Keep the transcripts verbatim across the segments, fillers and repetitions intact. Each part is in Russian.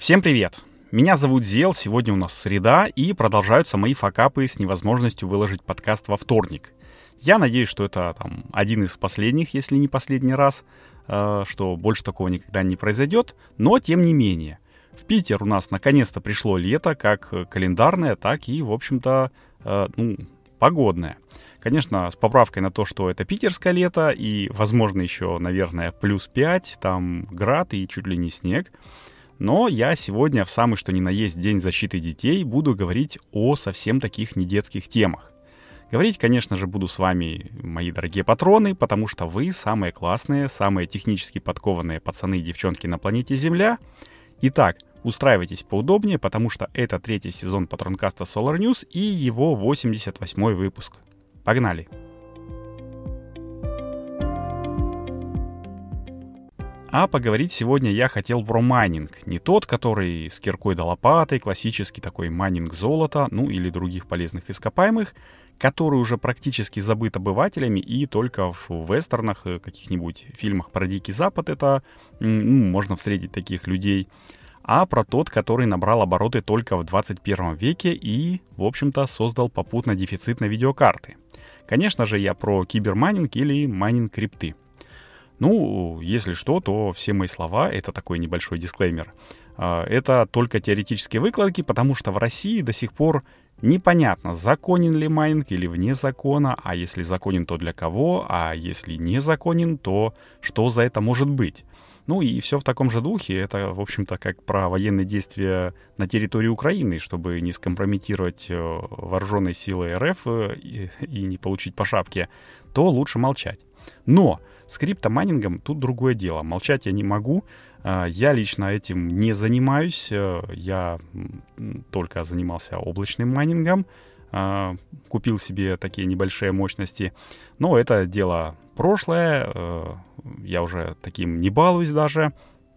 Всем привет! Меня зовут Зел, сегодня у нас среда, и продолжаются мои факапы с невозможностью выложить подкаст во вторник. Я надеюсь, что это там один из последних, если не последний раз, э, что больше такого никогда не произойдет, но тем не менее. В Питер у нас наконец-то пришло лето, как календарное, так и, в общем-то, э, ну, погодное. Конечно, с поправкой на то, что это питерское лето, и, возможно, еще, наверное, плюс пять, там град и чуть ли не снег. Но я сегодня в самый что ни на есть День защиты детей буду говорить о совсем таких недетских темах. Говорить, конечно же, буду с вами, мои дорогие патроны, потому что вы самые классные, самые технически подкованные пацаны и девчонки на планете Земля. Итак, устраивайтесь поудобнее, потому что это третий сезон Патронкаста Solar News и его восемьдесят восьмой выпуск. Погнали! А поговорить сегодня я хотел про майнинг. Не тот, который с киркой да лопатой, классический такой майнинг золота, ну или других полезных ископаемых, который уже практически забыт обывателями, и только в вестернах, каких-нибудь фильмах про Дикий Запад это, ну, можно встретить таких людей. А про тот, который набрал обороты только в двадцать первом веке и, в общем-то, создал попутно дефицит на видеокарты. Конечно же, я про кибермайнинг или майнинг крипты. Ну, если что, то все мои слова, это такой небольшой дисклеймер, это только теоретические выкладки, потому что в России до сих пор непонятно, законен ли майнинг или вне закона, а если законен, то для кого, а если не законен, то что за это может быть. Ну и все в таком же духе, это, в общем-то, как про военные действия на территории Украины, чтобы не скомпрометировать вооруженные силы РФ и, и не получить по шапке, то лучше молчать. Но с криптомайнингом тут другое дело. Молчать я не могу. Я лично этим не занимаюсь. Я только занимался облачным майнингом. Купил себе такие небольшие мощности. Но это дело прошлое. Я уже таким не балуюсь даже.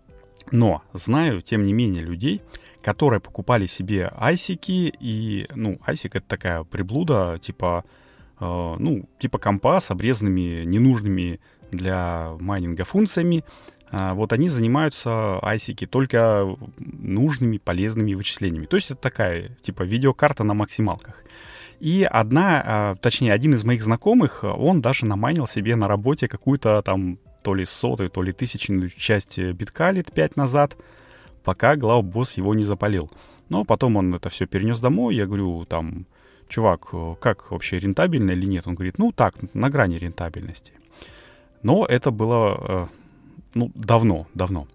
Но знаю, тем не менее, людей, которые покупали себе айсики. И, ну, айсик — это такая приблуда, типа, ну, типа компа с обрезанными ненужными для майнинга функциями. Вот они занимаются айсики только нужными, полезными вычислениями. То есть это такая, типа, видеокарта на максималках. И одна, точнее, один из моих знакомых, он даже намайнил себе на работе какую-то там то ли сотую, то ли тысячную часть битка лет пять назад, пока главбосс его не запалил. Но потом он это все перенес домой. Я говорю, там, чувак, как вообще, рентабельно или нет? Он говорит, ну так, на грани рентабельности. Но это было, ну, давно, давно.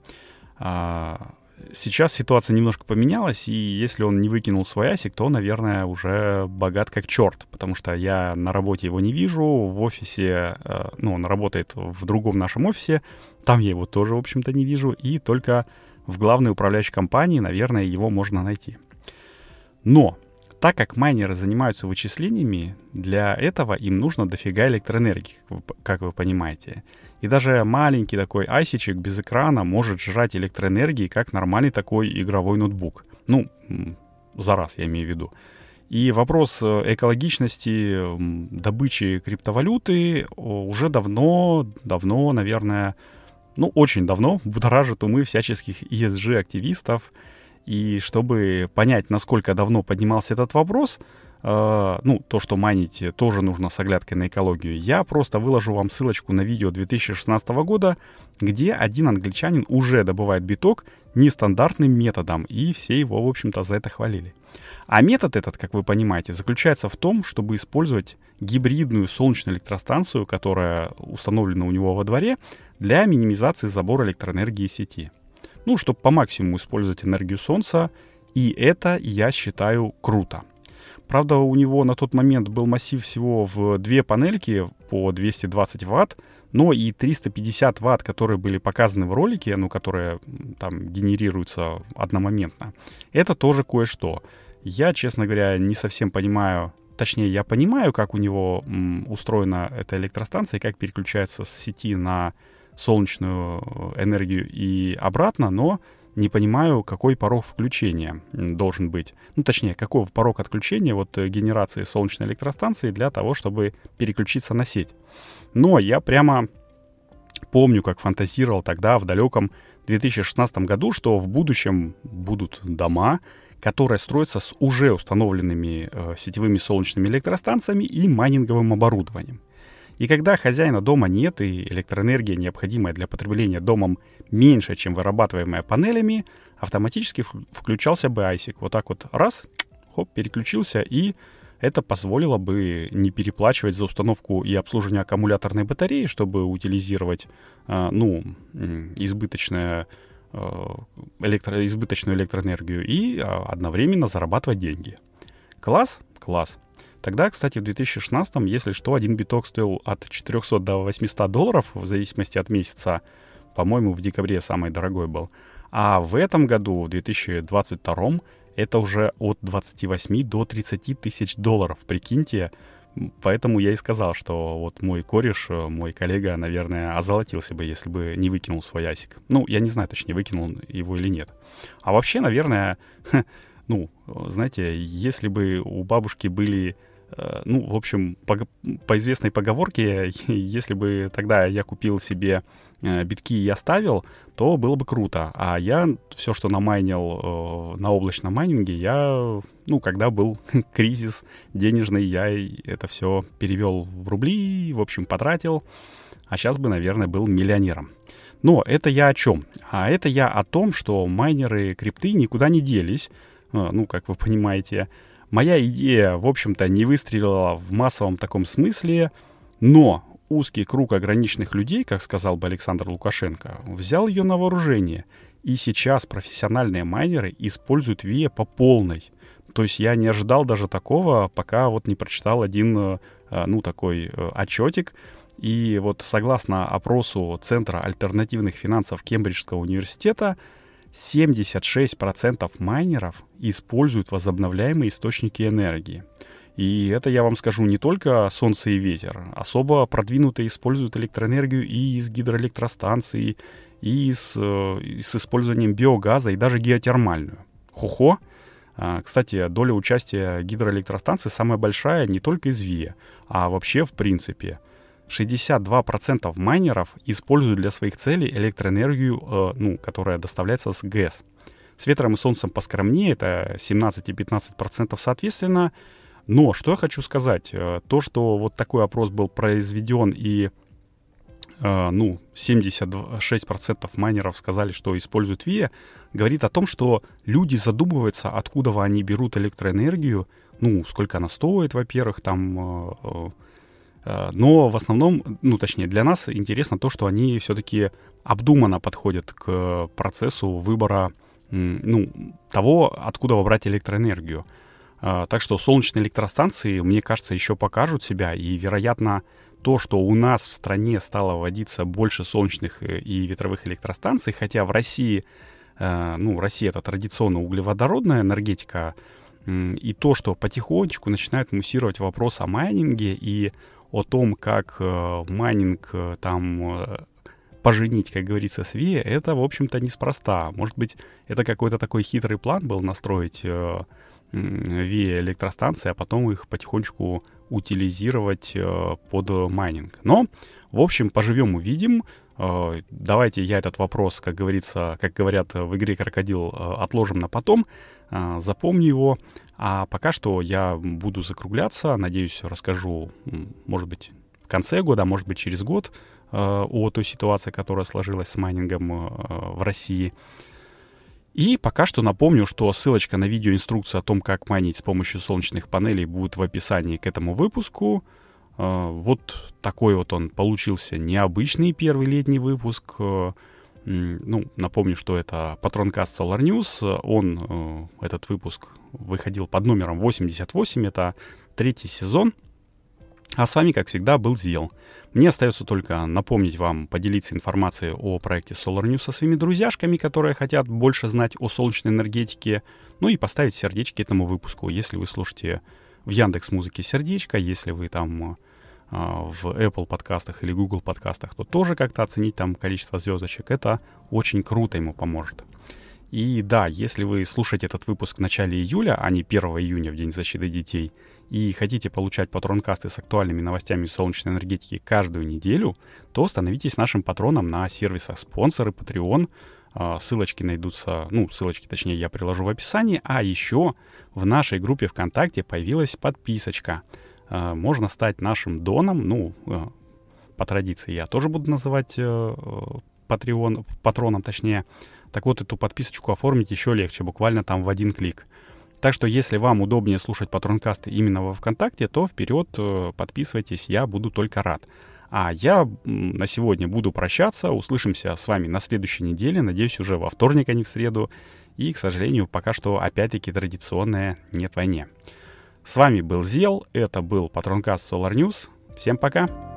Сейчас ситуация немножко поменялась, и если он не выкинул свой асик, то, наверное, уже богат как черт, потому что я на работе его не вижу, в офисе, ну, он работает в другом нашем офисе, там я его тоже, в общем-то, не вижу, и только в главной управляющей компании, наверное, его можно найти. Но так как майнеры занимаются вычислениями, для этого им нужно дофига электроэнергии, как вы понимаете. И даже маленький такой айсичек без экрана может жрать электроэнергии, как нормальный такой игровой ноутбук. Ну, за раз я имею в виду. И вопрос экологичности добычи криптовалюты уже давно, давно, наверное, ну, очень давно будоражит умы всяческих и эс джи-активистов. И чтобы понять, насколько давно поднимался этот вопрос, э, ну, то, что майнить тоже нужно с оглядкой на экологию, я просто выложу вам ссылочку на видео две тысячи шестнадцатого года, где один англичанин уже добывает биток нестандартным методом, и все его, в общем-то, за это хвалили. А метод этот, как вы понимаете, заключается в том, чтобы использовать гибридную солнечную электростанцию, которая установлена у него во дворе, для минимизации забора электроэнергии из сети. Ну, чтобы по максимуму использовать энергию солнца, и это, я считаю, круто. Правда, у него на тот момент был массив всего в две панельки по двести двадцать ватт, но и триста пятьдесят ватт, которые были показаны в ролике, ну, которые там генерируются одномоментно, это тоже кое-что. Я, честно говоря, не совсем понимаю, точнее, я понимаю, как у него м, устроена эта электростанция, как переключается с сети на солнечную энергию и обратно, но не понимаю, какой порог включения должен быть. Ну, точнее, какой порог отключения вот генерации солнечной электростанции для того, чтобы переключиться на сеть. Но я прямо помню, как фантазировал тогда, в далеком две тысячи шестнадцатом году, что в будущем будут дома, которые строятся с уже установленными э, сетевыми солнечными электростанциями и майнинговым оборудованием. И когда хозяина дома нет и электроэнергия, необходимая для потребления домом, меньше, чем вырабатываемая панелями, автоматически включался бы айсик. Вот так вот раз, хоп, переключился, и это позволило бы не переплачивать за установку и обслуживание аккумуляторной батареи, чтобы утилизировать э, ну, избыточное, э, электро, избыточную электроэнергию и э, одновременно зарабатывать деньги. Класс? Класс. Тогда, кстати, в две тысячи шестнадцатом, если что, один биток стоил от четырехсот до восьмисот долларов, в зависимости от месяца. По-моему, в декабре самый дорогой был. А в этом году, в две тысячи двадцать втором, это уже от двадцати восьми до тридцати тысяч долларов, прикиньте. Поэтому я и сказал, что вот мой кореш, мой коллега, наверное, озолотился бы, если бы не выкинул свой асик. Ну, я не знаю, точнее, выкинул его или нет. А вообще, наверное, ну, знаете, если бы у бабушки были... Ну, в общем, по, по известной поговорке, если бы тогда я купил себе битки и оставил, то было бы круто. А я все, что намайнил на облачном майнинге, я, ну, когда был кризис денежный, я это все перевел в рубли, в общем, потратил. А сейчас бы, наверное, был миллионером. Но это я о чем? А это я о том, что майнеры крипты никуда не делись. Ну, как вы понимаете, моя идея, в общем-то, не выстрелила в массовом таком смысле, но узкий круг ограниченных людей, как сказал бы Александр Лукашенко, взял ее на вооружение. И сейчас профессиональные майнеры используют ви и эй по полной. То есть я не ожидал даже такого, пока вот не прочитал один, ну, такой отчетик. И вот согласно опросу Центра альтернативных финансов Кембриджского университета, семьдесят шесть процентов майнеров используют возобновляемые источники энергии. И это, я вам скажу, не только солнце и ветер. Особо продвинутые используют электроэнергию и из гидроэлектростанций, и с, и с использованием биогаза, и даже геотермальную. Хо-хо! Кстати, доля участия гидроэлектростанций самая большая не только из ви и эй, а вообще в принципе. шестьдесят два процента майнеров используют для своих целей электроэнергию, э, ну, которая доставляется с ГЭС. С ветром и солнцем поскромнее, это семнадцать и пятнадцать процентов соответственно. Но что я хочу сказать, э, то, что вот такой опрос был произведен и э, ну, семьдесят шесть процентов майнеров сказали, что используют ви и эй, говорит о том, что люди задумываются, откуда они берут электроэнергию, ну, сколько она стоит, во-первых, там... Э, Но в основном, ну точнее для нас интересно то, что они все-таки обдуманно подходят к процессу выбора, ну, того, откуда брать электроэнергию. Так что солнечные электростанции, мне кажется, еще покажут себя. И, вероятно, то, что у нас в стране стало вводиться больше солнечных и ветровых электростанций, хотя в России, ну, Россия — это традиционно углеводородная энергетика, и то, что потихонечку начинает муссировать вопрос о майнинге и о том, как э, майнинг э, там э, поженить, как говорится, с ви и эй, это, в общем-то, неспроста. Может быть, это какой-то такой хитрый план был настроить э, ви и эй электростанции, а потом их потихонечку утилизировать э, под майнинг. Но, в общем, поживем увидим. Э, давайте я этот вопрос, как говорится, как говорят в игре «Крокодил», э, отложим на потом. Э, запомню его. А пока что я буду закругляться. Надеюсь, расскажу, может быть, в конце года, а может быть, через год э, о той ситуации, которая сложилась с майнингом э, в России. И пока что напомню, что ссылочка на видеоинструкцию о том, как майнить с помощью солнечных панелей, будет в описании к этому выпуску. Э, вот такой вот он получился необычный первый летний выпуск. Э, Ну, напомню, что это Патронкаст Solar News. Он, э, этот выпуск, выходил под номером восемьдесят восемь. Это третий сезон. А с вами, как всегда, был Зел. Мне остается только напомнить вам поделиться информацией о проекте Solar News со своими друзьяшками, которые хотят больше знать о солнечной энергетике. Ну и поставить сердечки этому выпуску, если вы слушаете в Яндекс.Музыке сердечко, если вы там... в Apple подкастах или Google подкастах, то тоже как-то оценить там количество звездочек. Это очень круто ему поможет. И да, если вы слушаете этот выпуск в начале июля, а не первого июня, в День защиты детей, и хотите получать патронкасты с актуальными новостями солнечной энергетики каждую неделю, то становитесь нашим патроном на сервисах спонсоры, Patreon. Ссылочки найдутся, ну, ссылочки, точнее, я приложу в описании. А еще в нашей группе ВКонтакте появилась подписочка. Можно стать нашим доном, ну, по традиции я тоже буду называть Patreon, патроном, точнее. Так вот, эту подписочку оформить еще легче, буквально там в один клик. Так что, если вам удобнее слушать патронкасты именно во ВКонтакте, то вперед подписывайтесь, я буду только рад. А я на сегодня буду прощаться, услышимся с вами на следующей неделе, надеюсь, уже во вторник, а не в среду. И, к сожалению, пока что опять-таки традиционное «Нет войне». С вами был Зел, это был патронкаст Solar News. Всем пока!